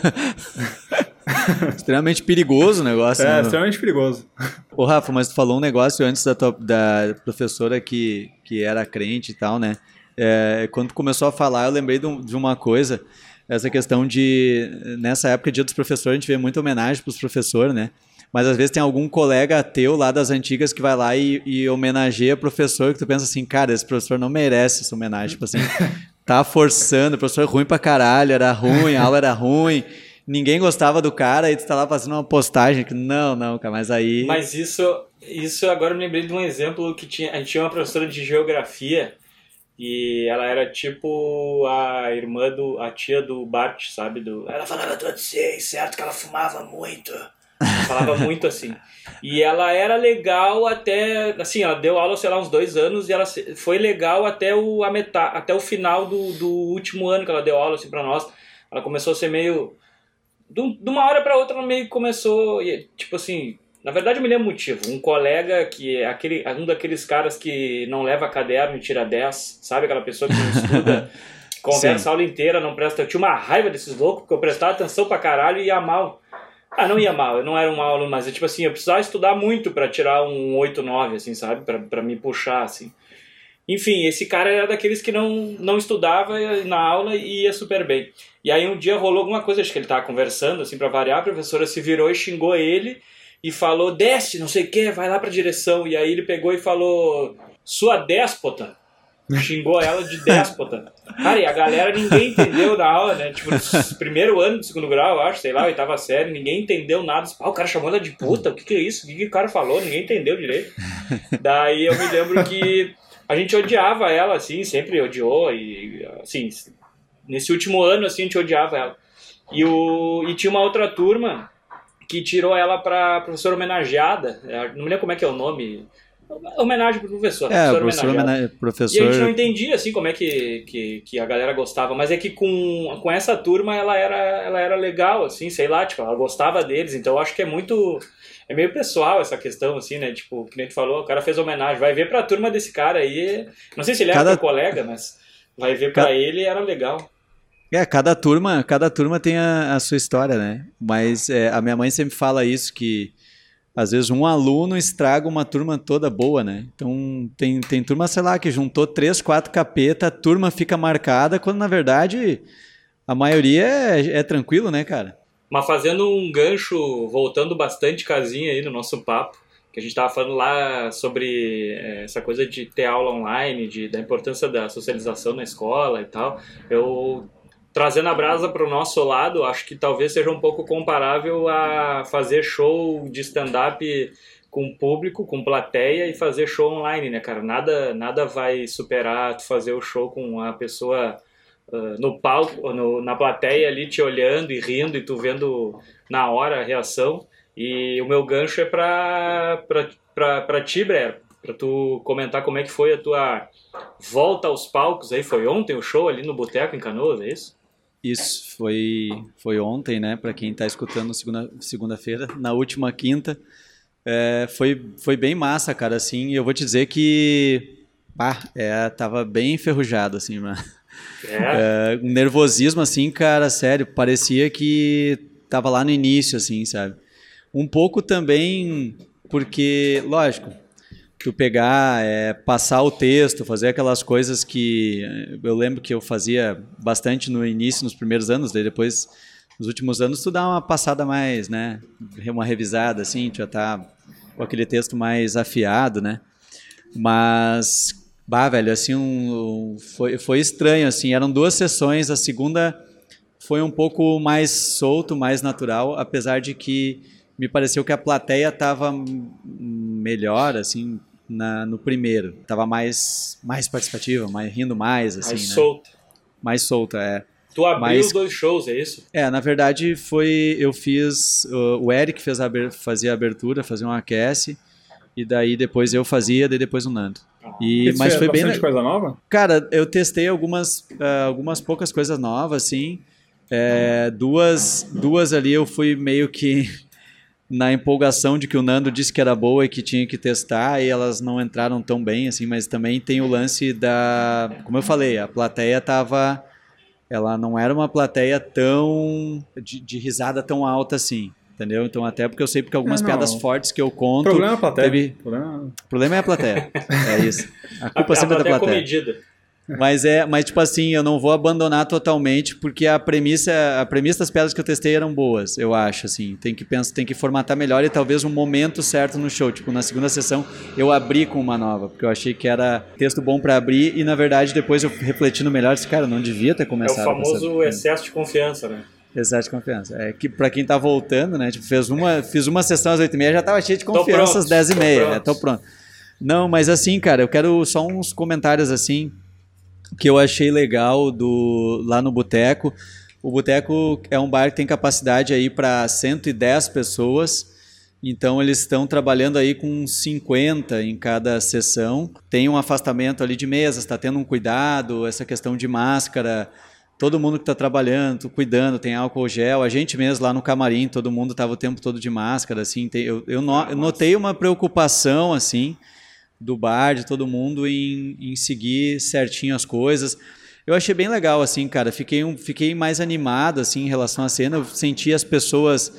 Extremamente perigoso o negócio. É, né? extremamente perigoso. Ô, Rafa, mas tu falou um negócio antes da, tua, da professora que, que era crente e tal, né? É, quando tu começou a falar, eu lembrei de, de uma coisa, essa questão de, nessa época, dia dos professores, a gente vê muita homenagem pros professores, né? Mas às vezes tem algum colega teu lá das antigas que vai lá e, e homenageia professor, que tu pensa assim, cara, esse professor não merece essa homenagem. Tipo assim, tá forçando, o professor é ruim pra caralho, era ruim, a aula era ruim, ninguém gostava do cara, e tu tá lá fazendo uma postagem que não, não, cara, mas aí... Mas isso, isso agora eu me lembrei de um exemplo que tinha, a gente tinha uma professora de geografia e ela era tipo a irmã do, a tia do Bart, sabe? Do, ela falava todos seis, certo? Que ela fumava muito. Ela falava muito assim. E ela era legal até, assim, ela deu aula, sei lá, uns dois anos e ela foi legal até o, a metade, até o final do, do último ano que ela deu aula, assim, pra nós. Ela começou a ser meio... De uma hora pra outra ela meio que começou, tipo assim... Na verdade eu me lembro o motivo. Um colega que é aquele, um daqueles caras que não leva caderno e tira dez, sabe? Aquela pessoa que não estuda, conversa Sim. a aula inteira, não presta... Eu tinha uma raiva desses loucos, porque eu prestava atenção pra caralho e ia mal. Ah, não ia mal, eu não era um mau aluno, mas é tipo assim, eu precisava estudar muito pra tirar um oito, nove, assim, sabe? Pra, pra me puxar, assim. Enfim, esse cara era daqueles que não, não estudava na aula e ia super bem. E aí um dia rolou alguma coisa, acho que ele tava conversando, assim, pra variar, a professora se virou e xingou ele e falou, desce, não sei o que, vai lá pra direção. E aí ele pegou e falou, sua déspota. Xingou ela de déspota. Cara, e a galera, ninguém entendeu na aula, né? Tipo, no primeiro ano do segundo grau, eu acho, sei lá, oitava série, ninguém entendeu nada. Ah, o cara chamou ela de puta, o que que é isso? O que que o cara falou? Ninguém entendeu direito. Daí eu me lembro que a gente odiava ela, assim, sempre odiou. E, assim, nesse último ano, assim, a gente odiava ela. E, o, e tinha uma outra turma que tirou ela pra professora homenageada. Não me lembro como é que é o nome... Homenagem pro professor, é, professor, homenagem, professor. E a gente não entendia assim como é que, que, que a galera gostava, mas é que com, com essa turma ela era, ela era legal, assim, sei lá, tipo, ela gostava deles, então eu acho que é muito, é meio pessoal essa questão, assim, né, tipo, que nem tu falou, o cara fez homenagem, vai ver pra turma desse cara aí, não sei se ele era cada... teu colega, mas vai ver pra cada... ele era legal. É, cada turma, cada turma tem a, a sua história, né, mas é, a minha mãe sempre fala isso, que às vezes um aluno estraga uma turma toda boa, né? Então tem, tem turma, sei lá, que juntou três, quatro capeta, a turma fica marcada, quando na verdade a maioria é, é tranquilo, né, cara? Mas fazendo um gancho, voltando bastante casinha aí no nosso papo, que a gente estava falando lá sobre é, essa coisa de ter aula online, de, da importância da socialização na escola e tal, eu... trazendo a brasa para o nosso lado, acho que talvez seja um pouco comparável a fazer show de stand-up com público, com plateia e fazer show online, né, cara? Nada, nada vai superar tu fazer o show com a pessoa uh, no palco, no, na plateia ali te olhando e rindo e tu vendo na hora a reação. E o meu gancho é pra, pra, pra, pra ti, Brero, pra tu comentar como é que foi a tua volta aos palcos aí. Foi ontem o show ali no Boteco em Canoas, é isso? Isso, foi, foi ontem, né? Pra quem tá escutando segunda, segunda-feira, na última quinta. É, foi, foi bem massa, cara, assim, e eu vou te dizer que pá, é, tava bem enferrujado, assim, né? É. É, um nervosismo, assim, cara, sério, parecia que tava lá no início, assim, sabe? Um pouco também porque, lógico, tu pegar, é, passar o texto, fazer aquelas coisas que eu lembro que eu fazia bastante no início, nos primeiros anos, daí depois, nos últimos anos, tu dá uma passada mais, né, uma revisada, assim, tu já tá com aquele texto mais afiado, né, mas, bah, velho, assim, um, foi, foi estranho, assim, eram duas sessões, a segunda foi um pouco mais solto, mais natural, apesar de que me pareceu que a plateia tava melhor, assim, Na, no primeiro, tava mais, mais participativa, mais, rindo mais, assim, mais né? solta. Mais solta, é. Tu abriu Mas, os dois shows, é isso? É, na verdade foi, eu fiz, uh, o Eric fez a, fazia a abertura, fazia um aquece, e daí depois eu fazia, daí depois o Nando. Ah, e, mas foi bem... bastante coisa nova? Cara, eu testei algumas, uh, algumas poucas coisas novas, assim, é, duas, duas ali eu fui meio que... na empolgação de que o Nando disse que era boa e que tinha que testar, e elas não entraram tão bem, assim, mas também tem o lance da... Como eu falei, a plateia tava... Ela não era uma plateia tão... de, de risada tão alta assim, entendeu? Então, até porque eu sei porque algumas é, piadas fortes que eu conto... O problema é a plateia. Teve... O problema... o problema é a plateia, é isso. A culpa a, sempre a é da plateia. comedida. Mas é, mas tipo assim, eu não vou abandonar totalmente porque a premissa, a premissa das piadas que eu testei eram boas, eu acho, assim. Tem que pensar, tem que formatar melhor e talvez um momento certo no show, tipo na segunda sessão eu abri com uma nova, porque eu achei que era texto bom para abrir e na verdade depois eu refletindo melhor, disse, cara, não devia ter começado. É o famoso excesso de confiança, né? Excesso de confiança. É que para quem tá voltando, né, tipo, fez uma, fiz uma sessão às oito e meia, já tava cheio de confiança às dez e meia, né? Tô pronto. Não, mas assim, cara, eu quero só uns comentários assim que eu achei legal do, lá no Boteco. O Boteco é um bar que tem capacidade aí para cento e dez pessoas, então eles estão trabalhando aí com cinquenta em cada sessão. Tem um afastamento ali de mesas, está tendo um cuidado, essa questão de máscara, todo mundo que está trabalhando, cuidando, tem álcool gel, a gente mesmo lá no camarim, todo mundo estava o tempo todo de máscara, assim, tem, eu, eu, no, eu notei uma preocupação, assim, do bar, de todo mundo em, em seguir certinho as coisas. Eu achei bem legal, assim, cara. Fiquei, um, fiquei mais animado, assim, em relação à cena. Eu senti as pessoas,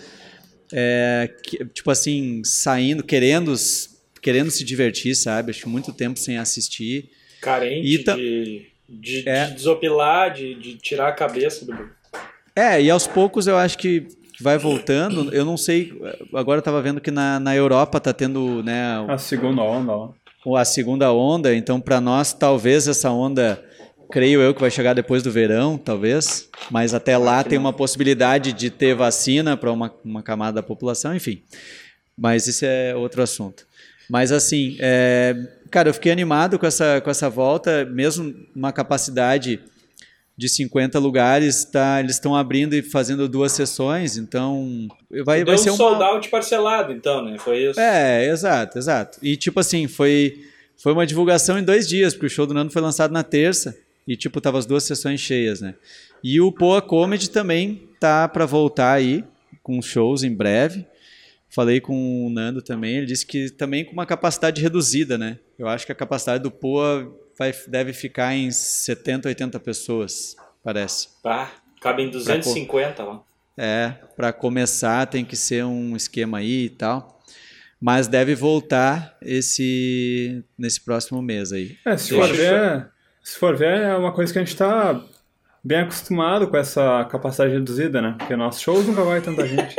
é, que, tipo assim, saindo, querendo, querendo se divertir, sabe? Acho que muito tempo sem assistir. Carente ta... de, de, é. de desopilar, de, de tirar a cabeça do... É, e aos poucos eu acho que vai voltando. Eu não sei, agora eu tava vendo que na, na Europa tá tendo, né... A segunda onda, ó. A segunda onda, então para nós talvez essa onda, creio eu que vai chegar depois do verão, talvez, mas até lá tem uma possibilidade de ter vacina para uma, uma camada da população, enfim, mas isso é outro assunto. Mas assim, é, cara, eu fiquei animado com essa, com essa volta, mesmo uma capacidade de cinquenta lugares, tá, eles estão abrindo e fazendo duas sessões, então vai, vai Deu ser um uma... sold out parcelado, então, né? Foi isso. É, exato, exato. E tipo assim, foi, foi uma divulgação em dois dias, porque o show do Nando foi lançado na terça e tipo, tava as duas sessões cheias, né? E o Poa Comedy também tá para voltar aí com shows em breve. Falei com o Nando também, ele disse que também com uma capacidade reduzida, né? Eu acho que a capacidade do Poa vai, deve ficar em setenta, oitenta pessoas, parece. Tá, cabe em duzentos e cinquenta lá. É, para começar tem que ser um esquema aí e tal. Mas deve voltar esse nesse próximo mês aí. É, se for ver, se for ver, é uma coisa que a gente está bem acostumado com essa capacidade reduzida, né? Porque nossos shows nunca vai tanta gente.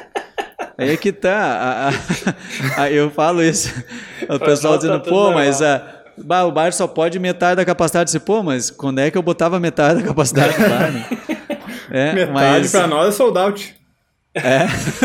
Aí é que tá. A, a, a, eu falo isso. O pessoal dizendo, pô, mas a, bah, o bar só pode metade da capacidade. Disse, pô, mas quando é que eu botava metade da capacidade do bar, né? É, Metade mas... pra nós é sold out. É.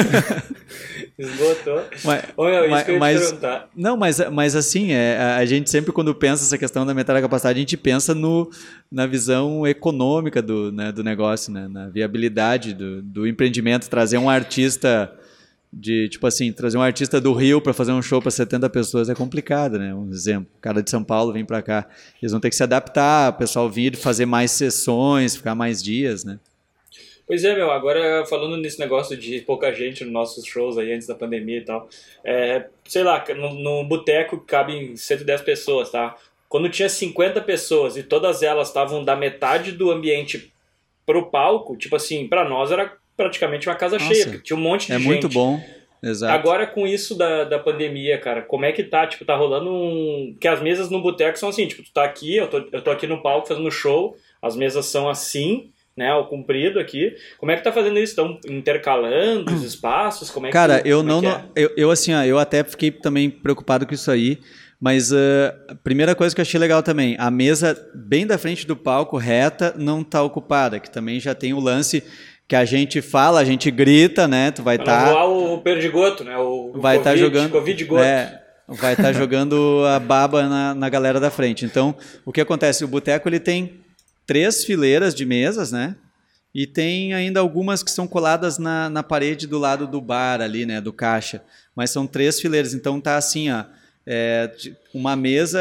Esgotou. Mas, Ô, meu, isso mas, que eu ia te mas, perguntar. não, mas, mas assim, é, a gente sempre quando pensa essa questão da metade da capacidade, a gente pensa no, na visão econômica do, né, do negócio, né, na viabilidade do, do empreendimento, trazer um artista de, tipo assim, trazer um artista do Rio para fazer um show para setenta pessoas é complicado, né? Um exemplo, o cara de São Paulo vem para cá, eles vão ter que se adaptar, o pessoal vir fazer mais sessões, ficar mais dias, né? Pois é, meu, agora falando nesse negócio de pouca gente nos nossos shows aí antes da pandemia e tal, é, sei lá, no, no boteco cabem cento e dez pessoas, tá? Quando tinha cinquenta pessoas e todas elas estavam da metade do ambiente pro palco, tipo assim, pra nós era praticamente uma casa Nossa, cheia, porque tinha um monte de é gente. É muito bom, exato. Agora com isso da, da pandemia, cara, como é que tá? Tipo, tá rolando um... Porque as mesas no boteco são assim, tipo, tu tá aqui, eu tô, eu tô aqui no palco fazendo show, as mesas são assim... né, ao comprido aqui. Como é que tá fazendo isso? Estão intercalando os espaços? Como é que, Cara, eu como não, é que é? não eu, eu assim, ó, eu até fiquei também preocupado com isso aí, mas uh, a primeira coisa que eu achei legal também, a mesa bem da frente do palco, reta, não tá ocupada, que também já tem o lance que a gente fala, a gente grita, né, tu vai estar... Tá, o perdigoto, né, o, vai estar tá jogando... Covid goto. É, vai estar tá jogando a baba na, na galera da frente. Então, o que acontece? O boteco, ele tem três fileiras de mesas, né? E tem ainda algumas que são coladas na, na parede do lado do bar ali, né? Do caixa. Mas são três fileiras. Então tá assim, ó. É, uma mesa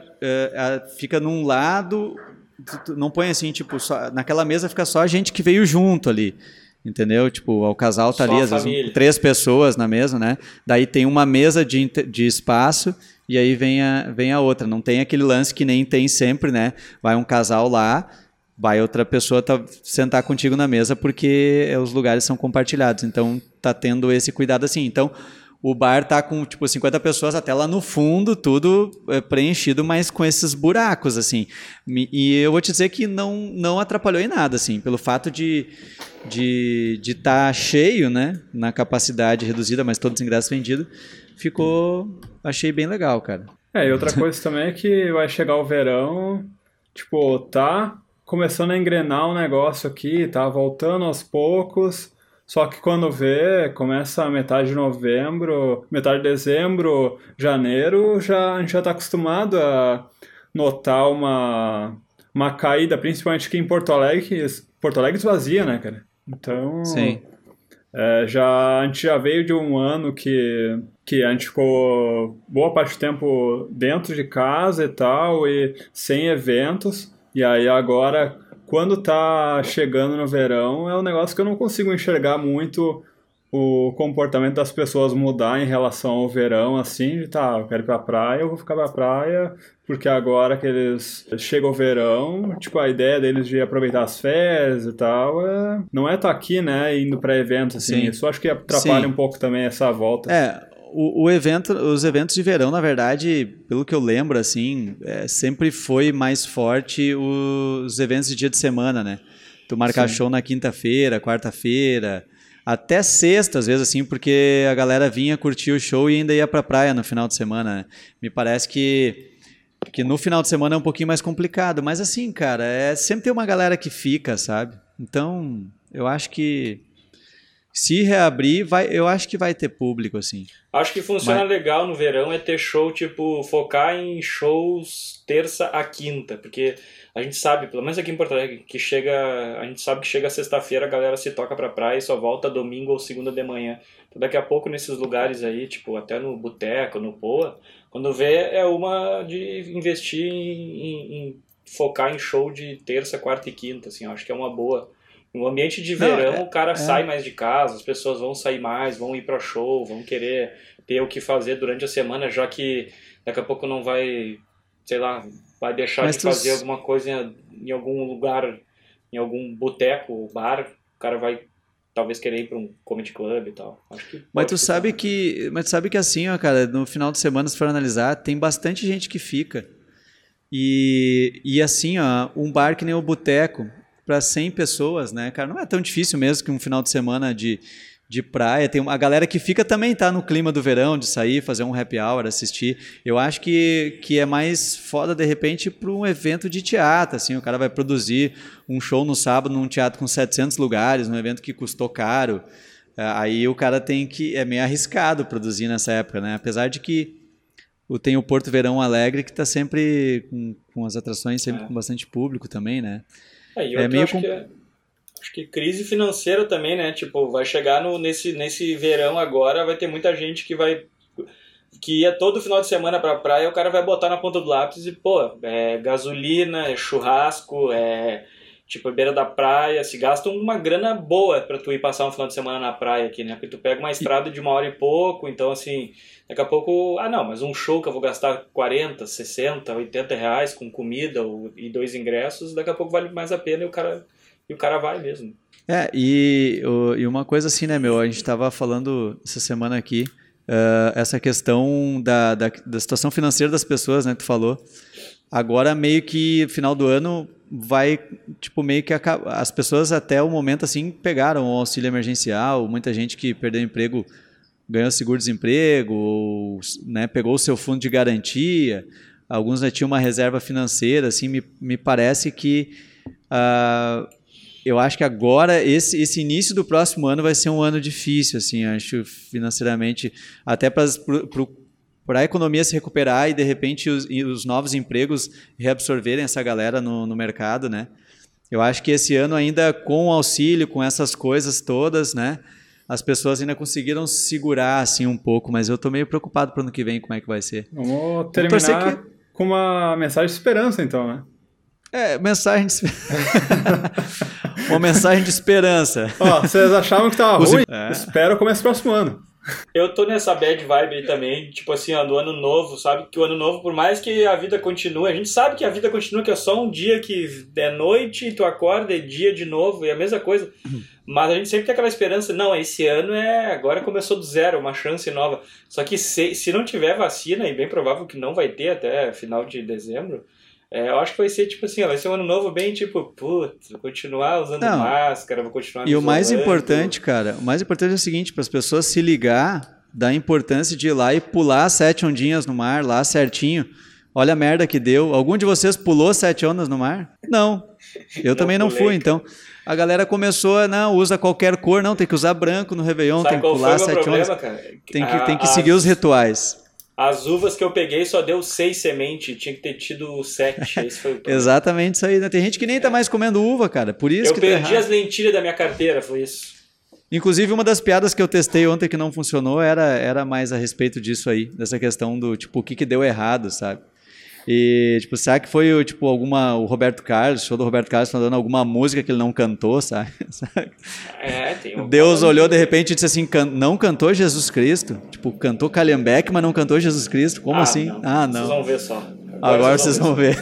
é, fica num lado, não põe assim, tipo, só, naquela mesa fica só a gente que veio junto ali. Entendeu? Tipo, o casal tá só ali, às vezes, um, três pessoas na mesa, né? Daí tem uma mesa de, de espaço e aí vem a, vem a outra. Não tem aquele lance que nem tem sempre, né? Vai um casal lá, vai outra pessoa tá, sentar contigo na mesa porque os lugares são compartilhados. Então, tá tendo esse cuidado assim. Então, o bar tá com, tipo, cinquenta pessoas até lá no fundo, tudo é, preenchido, mas com esses buracos, assim. E eu vou te dizer que não, não atrapalhou em nada, assim, pelo fato de de de estar cheio, né, na capacidade reduzida, mas todos os ingressos vendidos, ficou, achei bem legal, cara. É, e outra coisa também é que vai chegar o verão, tipo, tá começando a engrenar um negócio aqui, tá voltando aos poucos, só que quando vê, começa metade de novembro, metade de dezembro, janeiro, já, a gente já está acostumado a notar uma, uma caída, principalmente aqui em Porto Alegre, Porto Alegre esvazia, né, cara? Então, sim. É, já, a gente já veio de um ano que, que a gente ficou boa parte do tempo dentro de casa e tal, e sem eventos, e aí agora... Quando tá chegando no verão, é um negócio que eu não consigo enxergar muito o comportamento das pessoas mudar em relação ao verão, assim, de tá, eu quero ir pra praia, eu vou ficar pra praia, porque agora que eles chega o verão, tipo, a ideia deles de aproveitar as férias e tal, é, não é tá aqui, né, indo pra eventos, assim, Sim. isso acho que atrapalha Sim. um pouco também essa volta. É, o, o evento, os eventos de verão, na verdade, pelo que eu lembro, assim, é, sempre foi mais forte os eventos de dia de semana, né? Tu marcar Sim. show na quinta-feira, quarta-feira, até sexta, às vezes, assim, porque a galera vinha curtir o show e ainda ia pra praia no final de semana, né? Me parece que, que no final de semana é um pouquinho mais complicado, mas assim, cara, é, sempre tem uma galera que fica, sabe? Então, eu acho que se reabrir, vai, eu acho que vai ter público, assim. Acho que funciona Mas... legal no verão é ter show, tipo, focar em shows terça a quinta, porque a gente sabe, pelo menos aqui em Porto Alegre, que chega, a gente sabe que chega sexta-feira, a galera se toca pra praia e só volta domingo ou segunda de manhã. Então daqui a pouco nesses lugares aí, tipo, até no boteco, no Poa, quando vê é uma de investir em, em, em focar em show de terça, quarta e quinta, assim, eu acho que é uma boa. No ambiente de verão, Não, é, o cara é. sai mais de casa, as pessoas vão sair mais, vão ir para show, vão querer ter o que fazer durante a semana, já que daqui a pouco não vai, sei lá, vai deixar Mas de fazer tu... alguma coisa em, em algum lugar, em algum boteco, bar, o cara vai talvez querer ir para um comedy club e tal. Acho que mas tu sabe que, mas tu sabe que assim, ó, cara, no final de semana, se for analisar, tem bastante gente que fica. E, e assim, ó, um bar que nem o boteco, para cem pessoas, né, cara, não é tão difícil mesmo que um final de semana de, de praia. Tem uma, a galera que fica também tá no clima do verão, de sair, fazer um happy hour, assistir. Eu acho que, que é mais foda, de repente, para um evento de teatro. Assim, o cara vai produzir um show no sábado num teatro com setecentos lugares, num evento que custou caro. Aí o cara tem que... É meio arriscado produzir nessa época, né? Apesar de que tem o Porto Verão Alegre, que está sempre com, com as atrações, sempre é. com bastante público também, né? É, e eu é meio acho, com... que é, acho que crise financeira também, né? Tipo, vai chegar no, nesse, nesse verão agora, vai ter muita gente que vai... que ia todo final de semana pra praia, o cara vai botar na ponta do lápis e, pô, é gasolina, é churrasco, é... tipo, à beira da praia, se gasta uma grana boa pra tu ir passar um final de semana na praia aqui, né? Porque tu pega uma estrada de uma hora e pouco, então assim, daqui a pouco, ah não, mas um show que eu vou gastar quarenta, sessenta, oitenta reais com comida ou, e dois ingressos, daqui a pouco vale mais a pena e o cara, e o cara vai mesmo. É, e, e uma coisa assim, né, meu, a gente tava falando essa semana aqui, uh, essa questão da, da, da situação financeira das pessoas, né, que tu falou. Agora meio que final do ano vai, tipo, meio que acaba, as pessoas até o momento assim pegaram o auxílio emergencial, muita gente que perdeu o emprego ganhou seguro-desemprego, ou, né, pegou o seu fundo de garantia, alguns já tinham uma reserva financeira, assim, me, me parece que uh, eu acho que agora esse, esse início do próximo ano vai ser um ano difícil, assim, acho financeiramente, até para para a economia se recuperar e, de repente, os, os novos empregos reabsorverem essa galera no, no mercado, né? Eu acho que esse ano ainda, com o auxílio, com essas coisas todas, né? As pessoas ainda conseguiram segurar, assim, um pouco, mas eu estou meio preocupado para o ano que vem, como é que vai ser. Vamos terminar que... com uma mensagem de esperança, então, né? É, mensagem de uma mensagem de esperança. Ó, vocês achavam que estava ruim? É. Espero começar o próximo ano. Eu tô nessa bad vibe aí também, tipo assim, ó, do ano novo, sabe? Que o ano novo, por mais que a vida continue, a gente sabe que a vida continua, que é só um dia que é noite e tu acorda, é dia de novo, e a mesma coisa. Mas a gente sempre tem aquela esperança, não, esse ano é, agora começou do zero, uma chance nova. Só que se, se não tiver vacina, e bem provável que não vai ter até final de dezembro, é, eu acho que vai ser tipo assim, ó, vai ser um ano novo bem tipo, putz, vou continuar usando não. máscara, vou continuar me E o mais importante, cara, o mais importante é o seguinte, para as pessoas se ligar da importância de ir lá e pular sete ondinhas no mar, lá certinho. Olha a merda que deu. Algum de vocês pulou sete ondas no mar? Não. Eu não também não pulei, fui, então... A galera começou a, não, usa qualquer cor, não, tem que usar branco no Réveillon, Sabe tem que pular sete problema, ondas. Cara? Tem que, a, tem que seguir as... os rituais. As uvas que eu peguei só deu seis sementes, tinha que ter tido sete. Esse foi o Exatamente isso aí, né? Tem gente que nem tá mais comendo uva, cara. Por isso eu que perdi tá as lentilhas da minha carteira, foi isso. Inclusive, uma das piadas que eu testei ontem que não funcionou era, era mais a respeito disso aí, dessa questão do, tipo, o que, que deu errado, sabe? E, tipo, será que foi, tipo, alguma, o Roberto Carlos, show do Roberto Carlos falando alguma música que ele não cantou, sabe? É, tem um Deus olhou de repente e disse assim, can, não cantou Jesus Cristo? Tipo, cantou Calhambeque, mas não cantou Jesus Cristo? Como ah, assim? Não. Ah, não. Vocês vão ver só. Agora, Agora vocês vão ver.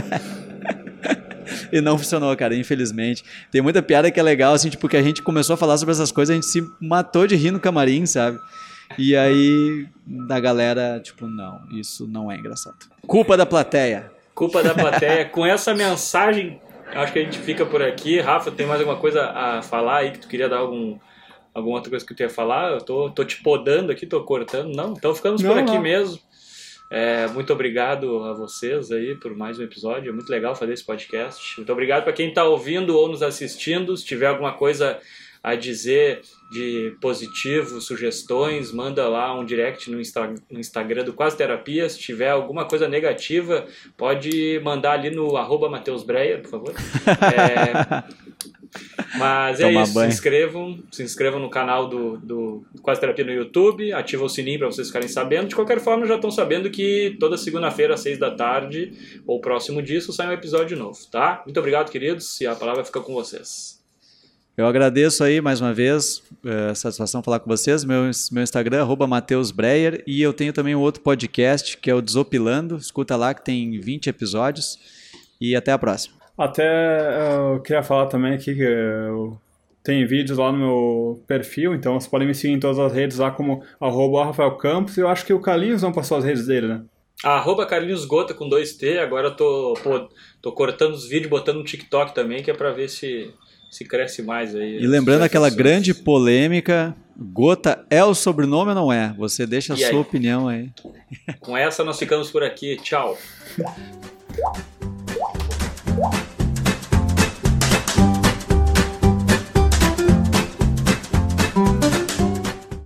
E não funcionou, cara, infelizmente. Tem muita piada que é legal, assim, tipo, que a gente começou a falar sobre essas coisas, a gente se matou de rir no camarim, sabe? E aí, da galera, tipo, não, isso não é engraçado. Culpa da plateia. Culpa da plateia. Com essa mensagem, acho que a gente fica por aqui. Rafa, tem mais alguma coisa a falar aí que tu queria dar algum, alguma outra coisa que tu ia falar? Eu tô, tô te podando aqui, tô cortando. Não, então ficamos não, por aqui não. mesmo. É, muito obrigado a vocês aí por mais um episódio. É muito legal fazer esse podcast. Muito obrigado para quem está ouvindo ou nos assistindo. Se tiver alguma coisa a dizer de positivo, sugestões, manda lá um direct no, Insta, no Instagram do Quase Terapia. Se tiver alguma coisa negativa, pode mandar ali no arroba Mateus Breyer, por favor. É, mas é Toma isso, banho. se inscrevam, se inscrevam no canal do, do Quase Terapia no YouTube, ativa o sininho para vocês ficarem sabendo. De qualquer forma, já estão sabendo que toda segunda-feira, às seis da tarde, ou próximo disso, sai um episódio novo, tá? Muito obrigado, queridos, e a palavra fica com vocês. Eu agradeço aí mais uma vez, é, satisfação falar com vocês. Meu, meu Instagram é arroba Mateus Breyer, e eu tenho também um outro podcast que é o Desopilando. Escuta lá que tem vinte episódios, e até a próxima. Até eu queria falar também aqui que eu tenho vídeos lá no meu perfil, então vocês podem me seguir em todas as redes lá como arroba Rafael Campos, e eu acho que o Carlinhos não passou as redes dele, né? Arroba Carlinhos Gota com dois T. Agora eu tô, pô, tô cortando os vídeos, botando no TikTok também, que é pra ver se, se cresce mais aí. E lembrando aquela grande polêmica, Gota é o sobrenome ou não é? Você deixa a E sua aí? opinião aí. Com essa nós ficamos por aqui. Tchau.